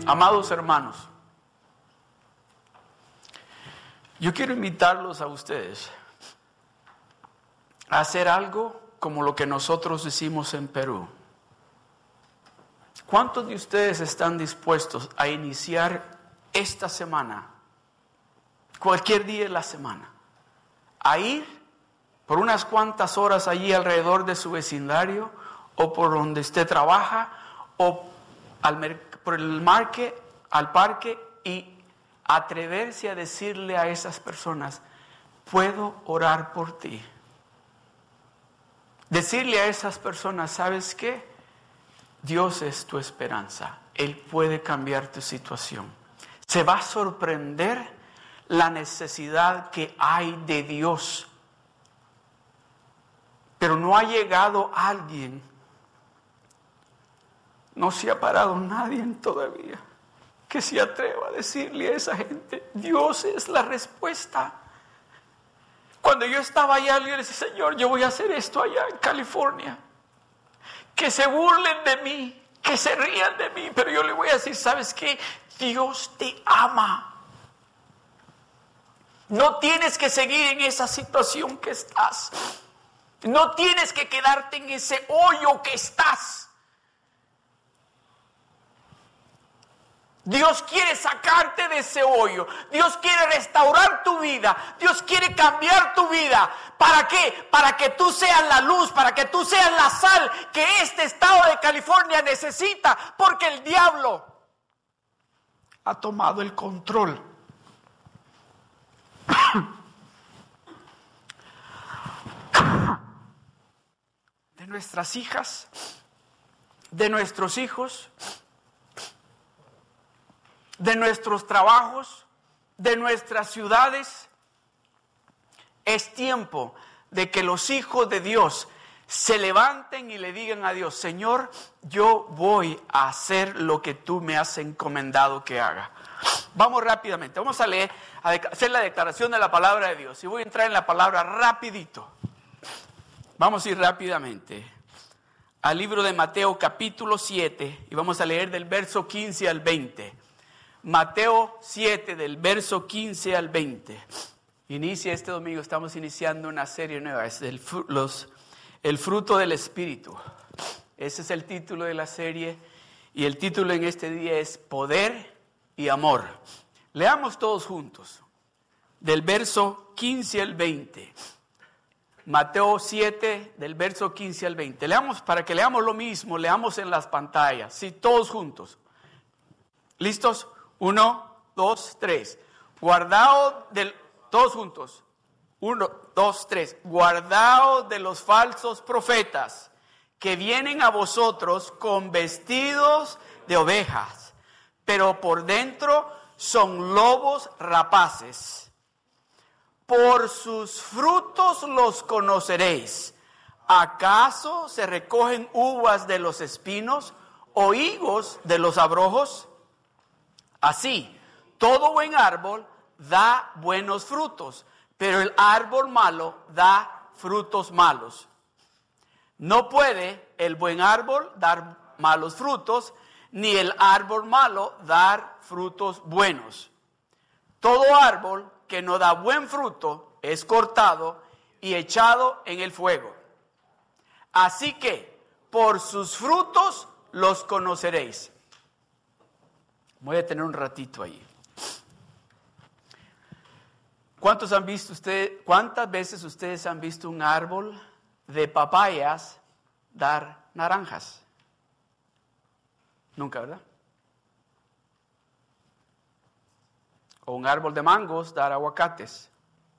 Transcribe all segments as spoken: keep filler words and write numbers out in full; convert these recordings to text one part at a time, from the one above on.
Amados hermanos, yo quiero invitarlos a ustedes a hacer algo como lo que nosotros hicimos en Perú. ¿Cuántos de ustedes están dispuestos a iniciar esta semana, cualquier día de la semana, a ir por unas cuantas horas allí alrededor de su vecindario o por donde usted trabaja o al, por el marque, al parque y atreverse a decirle a esas personas, puedo orar por ti? Decirle a esas personas, ¿sabes qué? Dios es tu esperanza. Él puede cambiar tu situación. Se va a sorprender la necesidad que hay de Dios. Pero no ha llegado alguien, no se ha parado nadie todavía que se atreva a decirle a esa gente, Dios es la respuesta. Cuando yo estaba allá, yo le decía, Señor, yo voy a hacer esto allá en California. Que se burlen de mí, que se rían de mí, pero yo le voy a decir, ¿sabes qué? Dios te ama. No tienes que seguir en esa situación que estás. No tienes que quedarte en ese hoyo que estás. Dios quiere sacarte de ese hoyo. Dios quiere restaurar tu vida. Dios quiere cambiar tu vida. ¿Para qué? Para que tú seas la luz, para que tú seas la sal que este estado de California necesita. Porque el diablo ha tomado el control. De nuestras hijas, de nuestros hijos, de nuestros trabajos, de nuestras ciudades. Es tiempo de que los hijos de Dios se levanten y le digan a Dios, Señor, yo voy a hacer lo que tú me has encomendado que haga. Vamos rápidamente, vamos a leer, a hacer la declaración de la palabra de Dios. Y voy a entrar en la palabra rapidito. Vamos a ir rápidamente al libro de Mateo capítulo siete y vamos a leer del verso quince al veinte. Mateo siete del verso quince al veinte. Inicia este domingo, estamos iniciando una serie nueva, es el, los, el fruto del Espíritu. Ese es el título de la serie y el título en este día es Poder y Amor. Leamos todos juntos, del verso quince al veinte. Mateo siete, del verso quince al veinte. Leamos, para que leamos lo mismo, leamos en las pantallas, sí, todos juntos. ¿Listos? Uno, dos, tres. Guardaos del, todos juntos. Uno, dos, tres. Guardaos de los falsos profetas que vienen a vosotros con vestidos de ovejas, pero por dentro son lobos rapaces. Por sus frutos los conoceréis. ¿Acaso se recogen uvas de los espinos o higos de los abrojos? Así, todo buen árbol da buenos frutos, pero el árbol malo da frutos malos. No puede el buen árbol dar malos frutos, ni el árbol malo dar frutos buenos. Todo árbol que no da buen fruto es cortado y echado en el fuego. Así que por sus frutos los conoceréis. Voy a tener un ratito ahí. ¿Cuántos han visto ustedes, cuántas veces ustedes han visto un árbol de papayas dar naranjas? Nunca, ¿verdad? O un árbol de mangos dar aguacates,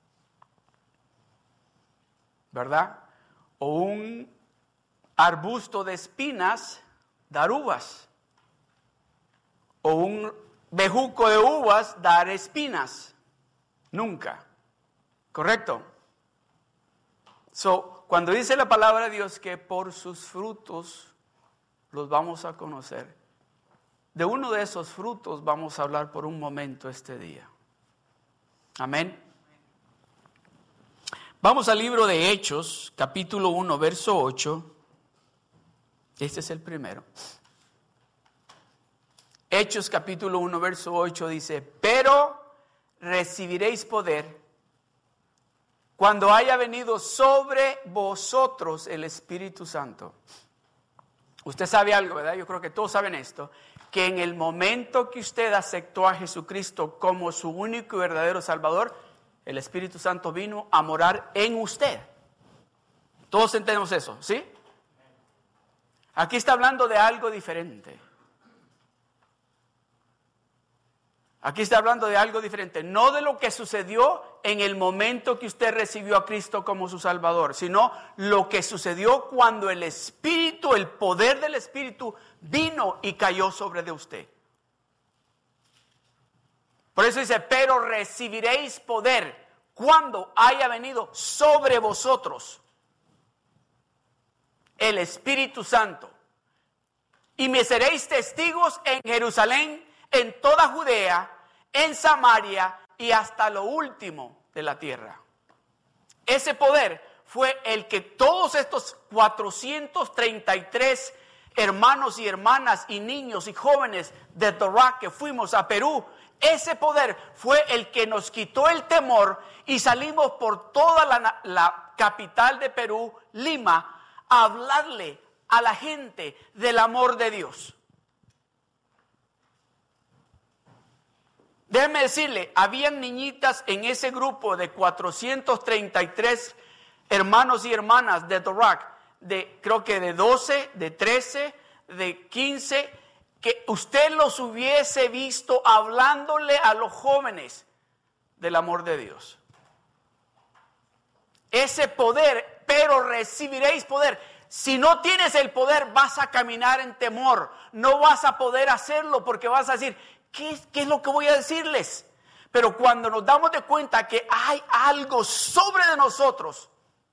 ¿verdad? O un arbusto de espinas dar uvas. O un bejuco de uvas dar espinas. Nunca. ¿Correcto? So, cuando dice la palabra de Dios que por sus frutos los vamos a conocer, de uno de esos frutos vamos a hablar por un momento este día. Amén. Vamos al libro de Hechos, capítulo uno, verso ocho. Este es el primero. Hechos capítulo uno, verso ocho dice, pero recibiréis poder cuando haya venido sobre vosotros el Espíritu Santo. Usted sabe algo, ¿verdad? Yo creo que todos saben esto, que en el momento que usted aceptó a Jesucristo como su único y verdadero Salvador, el Espíritu Santo vino a morar en usted. Todos entendemos eso, ¿sí? Aquí está hablando de algo diferente. Aquí está hablando de algo diferente, no de lo que sucedió en el momento que usted recibió a Cristo como su Salvador, sino lo que sucedió cuando el Espíritu, el poder del Espíritu vino y cayó sobre de usted. Por eso dice, pero recibiréis poder cuando haya venido sobre vosotros el Espíritu Santo. Y me seréis testigos en Jerusalén, en toda Judea, en Samaria y hasta lo último de la tierra. Ese poder fue el que todos estos cuatrocientos treinta y tres hermanos y hermanas y niños y jóvenes de The Rock que fuimos a Perú, ese poder fue el que nos quitó el temor y salimos por toda la, la capital de Perú, Lima, a hablarle a la gente del amor de Dios. Déjeme decirle, habían niñitas en ese grupo de cuatrocientos treinta y tres hermanos y hermanas de The Rock, de, creo que de doce, de trece, de quince, que usted los hubiese visto hablándole a los jóvenes del amor de Dios. Ese poder, pero recibiréis poder. Si no tienes el poder, vas a caminar en temor. No vas a poder hacerlo porque vas a decir, ¿qué, qué es lo que voy a decirles? Pero cuando nos damos de cuenta que hay algo sobre de nosotros,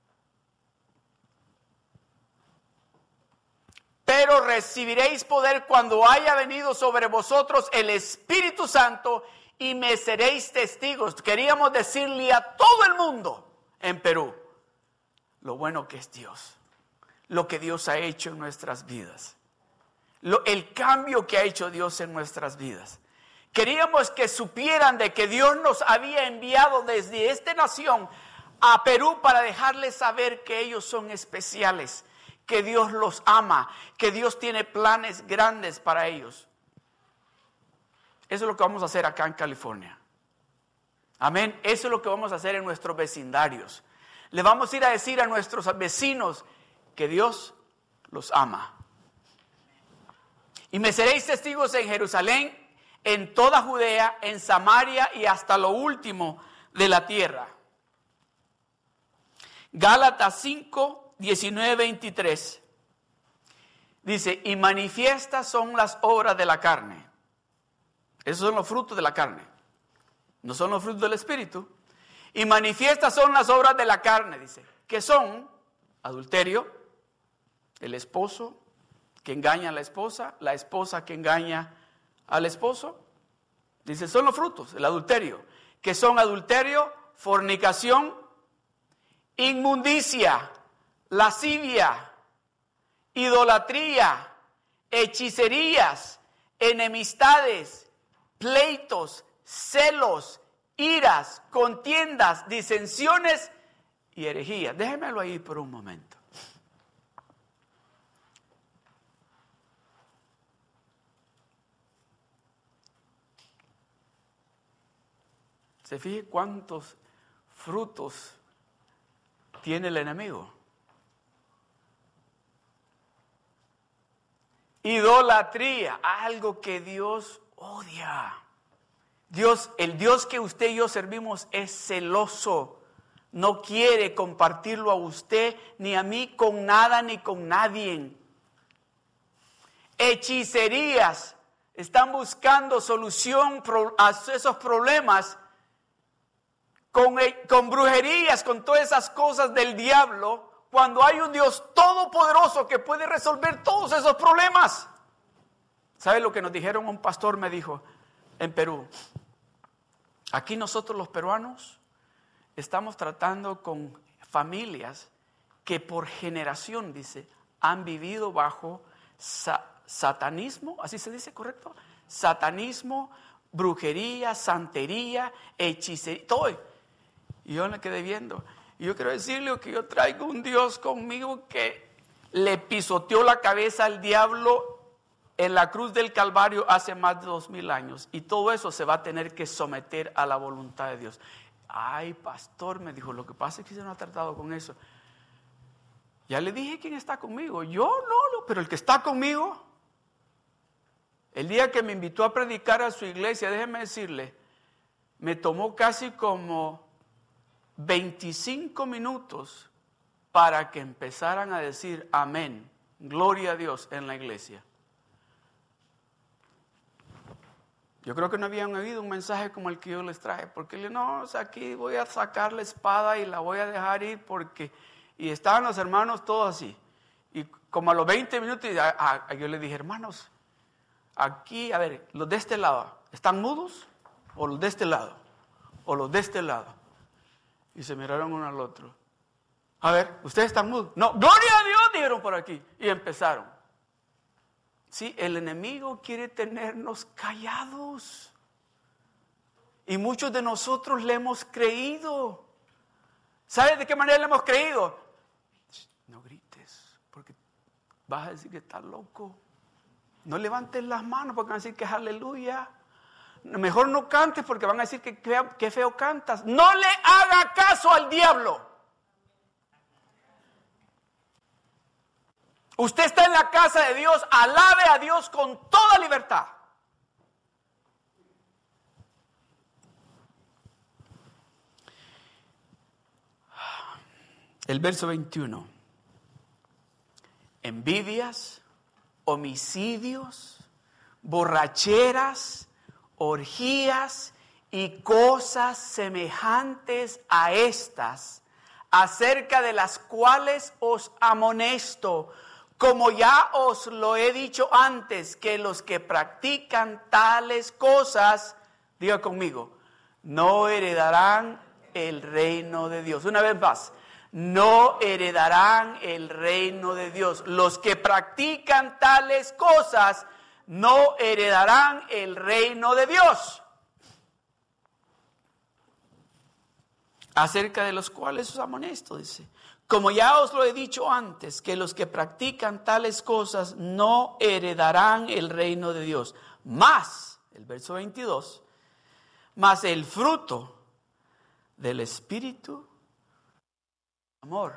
pero recibiréis poder cuando haya venido sobre vosotros el Espíritu Santo y me seréis testigos. Queríamos decirle a todo el mundo en Perú lo bueno que es Dios, lo que Dios ha hecho en nuestras vidas, lo, el cambio que ha hecho Dios en nuestras vidas. Queríamos que supieran de que Dios nos había enviado desde esta nación a Perú para dejarles saber que ellos son especiales, que Dios los ama, que Dios tiene planes grandes para ellos. Eso es lo que vamos a hacer acá en California. Amén. Eso es lo que vamos a hacer en nuestros vecindarios. Le vamos a ir a decir a nuestros vecinos que Dios los ama. Y me seréis testigos en Jerusalén, en toda Judea, en Samaria y hasta lo último de la tierra. Gálatas cinco, diecinueve, veintitrés. Dice, y manifiestas son las obras de la carne. Esos son los frutos de la carne. No son los frutos del Espíritu. Y manifiestas son las obras de la carne, dice. Que son adulterio, el esposo que engaña a la esposa, la esposa que engaña al esposo. Dice, son los frutos, el adulterio. Que son adulterio, fornicación, inmundicia, lascivia, idolatría, hechicerías, enemistades, pleitos, celos, iras, contiendas, disensiones y herejías. Déjemelo ahí por un momento. ¿Se fije cuántos frutos tiene el enemigo? Idolatría, algo que Dios odia. Dios, el Dios que usted y yo servimos es celoso. No quiere compartirlo a usted ni a mí con nada ni con nadie. Hechicerías, están buscando solución a esos problemas con, con brujerías, con todas esas cosas del diablo, cuando hay un Dios todopoderoso que puede resolver todos esos problemas. ¿Sabe lo que nos dijeron? Un pastor me dijo en Perú, aquí nosotros los peruanos estamos tratando con familias que por generación, dice, han vivido bajo sa- satanismo, así se dice, ¿correcto? satanismo, brujería, santería, hechicería, todo. Y yo me quedé viendo. Y yo quiero decirle que yo traigo un Dios conmigo que le pisoteó la cabeza al diablo en la cruz del Calvario hace más de dos mil años. Y todo eso se va a tener que someter a la voluntad de Dios. Ay, pastor, me dijo, lo que pasa es que se no ha tratado con eso. Ya le dije quién está conmigo. Yo no, no, pero el que está conmigo, el día que me invitó a predicar a su iglesia, déjeme decirle, me tomó casi como veinticinco minutos para que empezaran a decir amén, gloria a Dios en la iglesia. Yo creo que no habían oído un mensaje como el que yo les traje, porque le no, o sea, aquí voy a sacar la espada y la voy a dejar ir porque, y estaban los hermanos todos así, y como a los veinte minutos a, a, yo le dije, hermanos, aquí, a ver, los de este lado, ¿están mudos? ¿O los de este lado? ¿O los de este lado? Y se miraron uno al otro. A ver, ¿ustedes están mudos? No, gloria a Dios, dijeron por aquí. Y empezaron. Sí, el enemigo quiere tenernos callados. Y muchos de nosotros le hemos creído. ¿Sabes de qué manera le hemos creído? No grites, porque vas a decir que estás loco. No levantes las manos porque van a decir que es aleluya. Mejor no cantes porque van a decir que qué que feo cantas. No le haga caso al diablo. Usted está en la casa de Dios, alabe a Dios con toda libertad. El verso veintiuno. Envidias, homicidios, borracheras, orgías y cosas semejantes a estas, acerca de las cuales os amonesto, como ya os lo he dicho antes, que los que practican tales cosas, diga conmigo, no heredarán el reino de Dios. Una vez más, no heredarán el reino de Dios. Los que practican tales cosas no heredarán el reino de Dios. Acerca de los cuales os amonesto, dice. Como ya os lo he dicho antes, que los que practican tales cosas no heredarán el reino de Dios. Más, el verso veintidós, más el fruto del Espíritu, amor,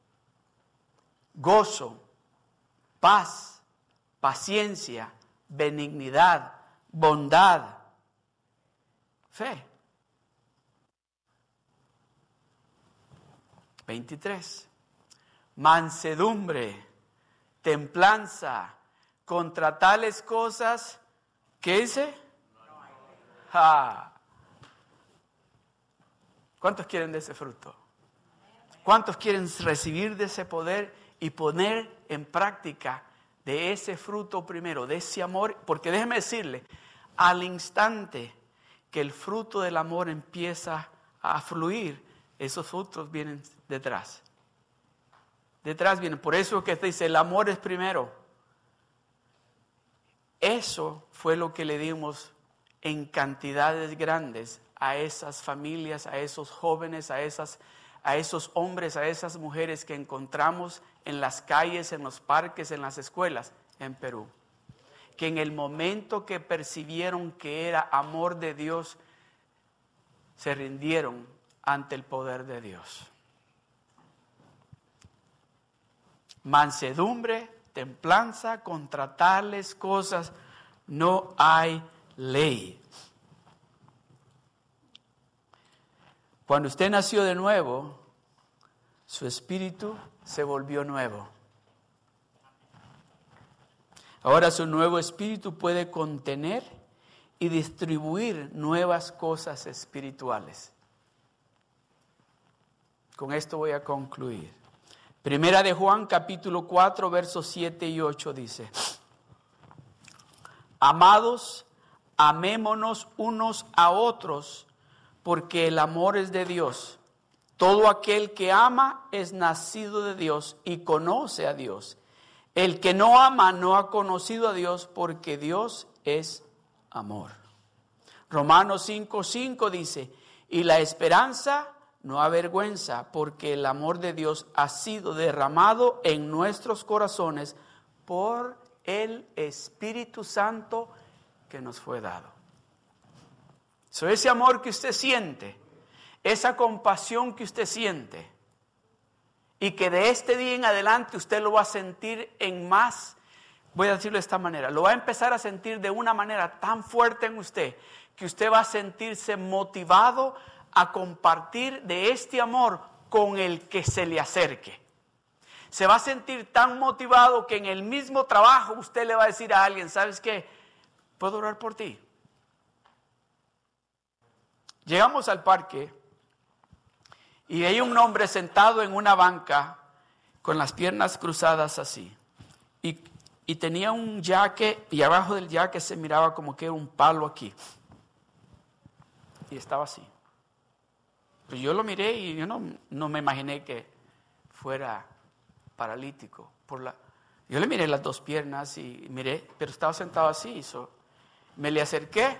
gozo, paz, paciencia, benignidad, bondad, fe. veintitrés. Mansedumbre, templanza, contra tales cosas, ¿qué dice? Ah. ¿Cuántos quieren de ese fruto? ¿Cuántos quieren recibir de ese poder y poner en práctica de ese fruto primero, de ese amor? Porque déjeme decirle, al instante que el fruto del amor empieza a fluir, esos frutos vienen detrás. Detrás vienen. Por eso que dice, el amor es primero. Eso fue lo que le dimos en cantidades grandes a esas familias, a esos jóvenes, a esas, a esos hombres, a esas mujeres que encontramos en las calles, en los parques, en las escuelas en Perú. Que en el momento que percibieron que era amor de Dios, se rindieron ante el poder de Dios. Mansedumbre, templanza, contra tales cosas no hay ley. Cuando usted nació de nuevo, su espíritu se volvió nuevo. Ahora su nuevo espíritu puede contener y distribuir nuevas cosas espirituales. Con esto voy a concluir. Primera de Juan, capítulo cuatro, versos siete y ocho dice: Amados, amémonos unos a otros, porque el amor es de Dios. Todo aquel que ama es nacido de Dios y conoce a Dios. El que no ama no ha conocido a Dios, porque Dios es amor. Romanos cinco cinco dice, y la esperanza no avergüenza, porque el amor de Dios ha sido derramado en nuestros corazones por el Espíritu Santo que nos fue dado. So, ese amor que usted siente, esa compasión que usted siente, y que de este día en adelante usted lo va a sentir en más, voy a decirlo de esta manera, lo va a empezar a sentir de una manera tan fuerte en usted, que usted va a sentirse motivado a compartir de este amor con el que se le acerque. Se va a sentir tan motivado que en el mismo trabajo usted le va a decir a alguien, ¿sabes qué? ¿Puedo orar por ti? Llegamos al parque y hay un hombre sentado en una banca con las piernas cruzadas así. Y, y tenía un yaque y abajo del yaque se miraba como que era un palo aquí. Y estaba así. Pues yo lo miré y yo no, no me imaginé que fuera paralítico. Por la, yo le miré las dos piernas y miré, pero estaba sentado así. So, me le acerqué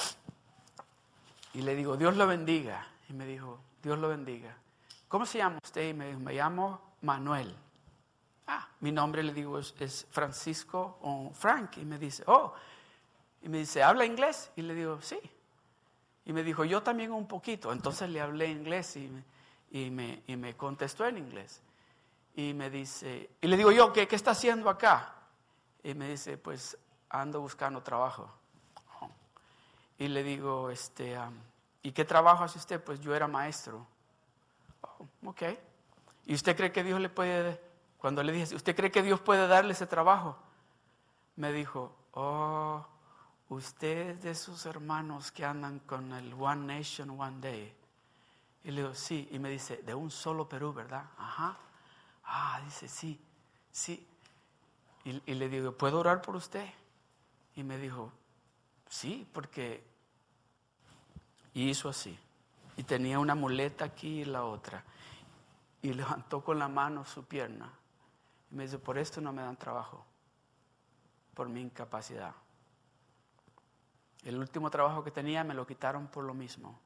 y le digo, Dios lo bendiga. Y me dijo, Dios lo bendiga. ¿Cómo se llama usted? Y me dijo, me llamo Manuel. Ah, mi nombre, le digo, es, es Francisco o Frank. Y me dice, oh. Y me dice, ¿habla inglés? Y le digo, sí. Y me dijo, yo también un poquito. Entonces le hablé inglés y me, y me, y me contestó en inglés. Y me dice, y le digo yo, ¿qué, qué está haciendo acá? Y me dice, pues ando buscando trabajo. Oh. Y le digo, este, um, ¿y qué trabajo hace usted? Pues yo era maestro. Oh, ok. ¿Y usted cree que Dios le puede, cuando le dije, ¿usted cree que Dios puede darle ese trabajo? Me dijo, oh, usted es de esos hermanos que andan con el One Nation, One Day. Y le digo, sí. Y me dice, de un solo Perú, ¿verdad? Ajá. Ah, dice, sí, sí. Y, y le digo, ¿puedo orar por usted? Y me dijo, sí, porque... Y hizo así. Y tenía una muleta aquí y la otra. Y levantó con la mano su pierna. Y me dice, por esto no me dan trabajo. Por mi incapacidad. El último trabajo que tenía me lo quitaron por lo mismo.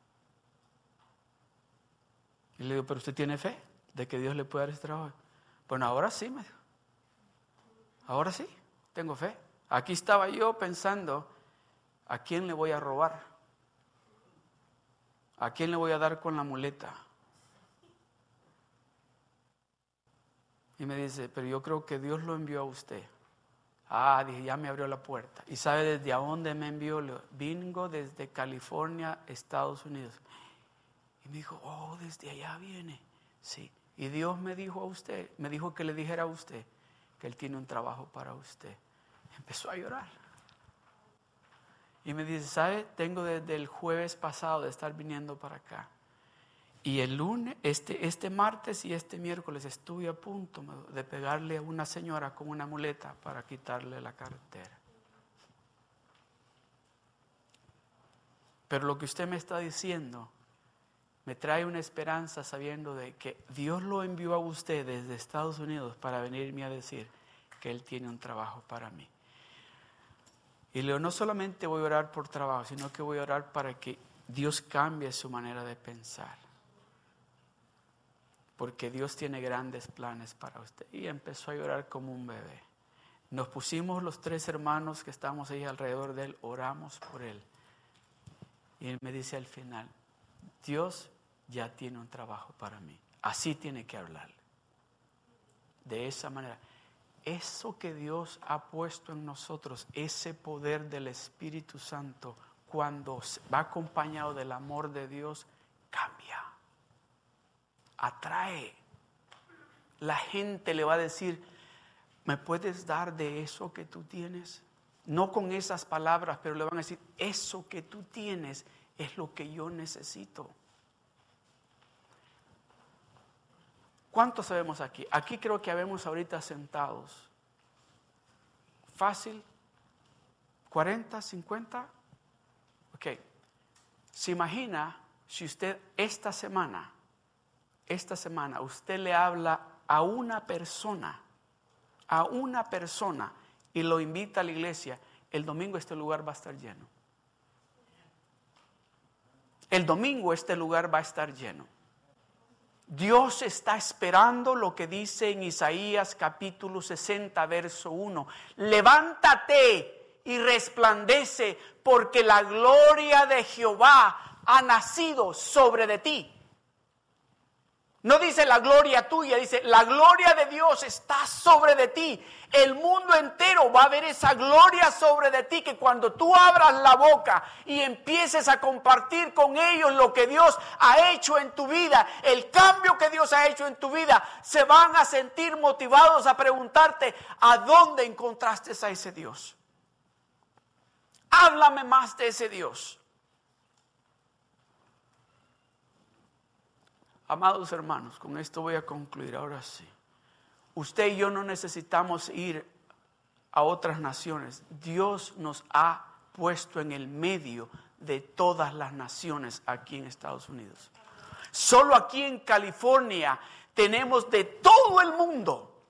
Y le digo, ¿pero usted tiene fe de que Dios le puede dar ese trabajo? Bueno, ahora sí, me dijo. Ahora sí, tengo fe. Aquí estaba yo pensando, ¿a quién le voy a robar? ¿A quién le voy a dar con la muleta? Y me dice, pero yo creo que Dios lo envió a usted. Ah, dije, ya me abrió la puerta. ¿Y sabe desde dónde me envió? Vengo desde California, Estados Unidos. Y me dijo, oh, desde allá viene. Sí. Y Dios me dijo a usted, me dijo que le dijera a usted que Él tiene un trabajo para usted. Empezó a llorar. Y me dice, ¿sabe? Tengo desde el jueves pasado de estar viniendo para acá. Y el lunes, este, este martes y este miércoles estuve a punto de pegarle a una señora con una muleta para quitarle la cartera. Pero lo que usted me está diciendo me trae una esperanza sabiendo de que Dios lo envió a usted desde Estados Unidos para venirme a decir que Él tiene un trabajo para mí. Y le digo, no solamente voy a orar por trabajo, sino que voy a orar para que Dios cambie su manera de pensar. Porque Dios tiene grandes planes para usted. Y empezó a llorar como un bebé. Nos pusimos los tres hermanos que estamos ahí alrededor de él, oramos por él. Y él me dice al final, Dios ya tiene un trabajo para mí. Así tiene que hablarle. De esa manera. Eso que Dios ha puesto en nosotros, ese poder del Espíritu Santo, cuando va acompañado del amor de Dios, cambia. Atrae. La gente le va a decir, ¿me puedes dar de eso que tú tienes? No con esas palabras, pero le van a decir, eso que tú tienes es lo que yo necesito. ¿Cuántos sabemos aquí? Aquí creo que habemos ahorita sentados. Fácil. ¿cuarenta, cincuenta? Ok. ¿Se imagina si usted esta semana, esta semana, usted le habla a una persona, a una persona y lo invita a la iglesia el domingo este lugar va a estar lleno. El domingo este lugar va a estar lleno. Dios está esperando lo que dice en Isaías capítulo sesenta, verso uno. Levántate y resplandece, porque la gloria de Jehová ha nacido sobre de ti. No dice la gloria tuya, dice la gloria de Dios está sobre de ti. El mundo entero va a ver esa gloria sobre de ti, que cuando tú abras la boca y empieces a compartir con ellos lo que Dios ha hecho en tu vida, el cambio que Dios ha hecho en tu vida, se van a sentir motivados a preguntarte, ¿a dónde encontraste a ese Dios? Háblame más de ese Dios. Amados hermanos, con esto voy a concluir ahora sí. Usted y yo no necesitamos ir a otras naciones. Dios nos ha puesto en el medio de todas las naciones aquí en Estados Unidos. Solo aquí en California tenemos de todo el mundo.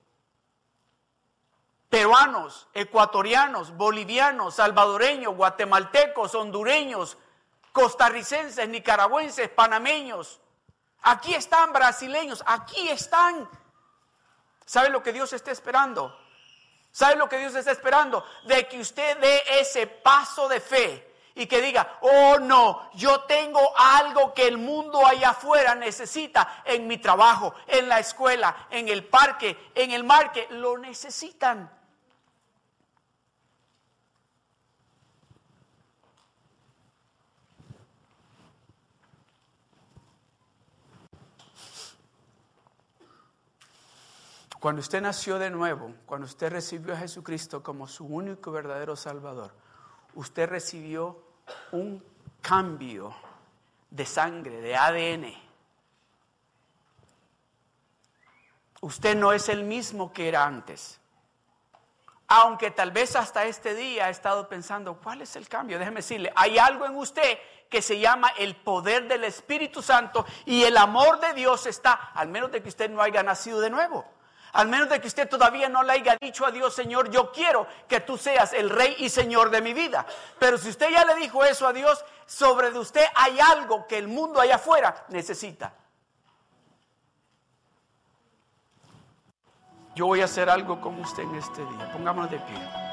Peruanos, ecuatorianos, bolivianos, salvadoreños, guatemaltecos, hondureños, costarricenses, nicaragüenses, panameños. Aquí están brasileños, aquí están. ¿Sabe lo que Dios está esperando? ¿Sabe lo que Dios está esperando? De que usted dé ese paso de fe y que diga, oh no, yo tengo algo que el mundo allá afuera necesita en mi trabajo, en la escuela, en el parque, en el market, lo necesitan. Cuando usted nació de nuevo, cuando usted recibió a Jesucristo como su único y verdadero Salvador, usted recibió un cambio de sangre, de A D N. Usted no es el mismo que era antes. Aunque tal vez hasta este día ha estado pensando, ¿cuál es el cambio? Déjeme decirle, hay algo en usted que se llama el poder del Espíritu Santo, y el amor de Dios está, al menos de que usted no haya nacido de nuevo. Al menos de que usted todavía no le haya dicho a Dios, Señor, yo quiero que tú seas el Rey y Señor de mi vida. Pero si usted ya le dijo eso a Dios, sobre de usted hay algo que el mundo allá afuera necesita. Yo voy a hacer algo con usted en este día. Pongámonos de pie.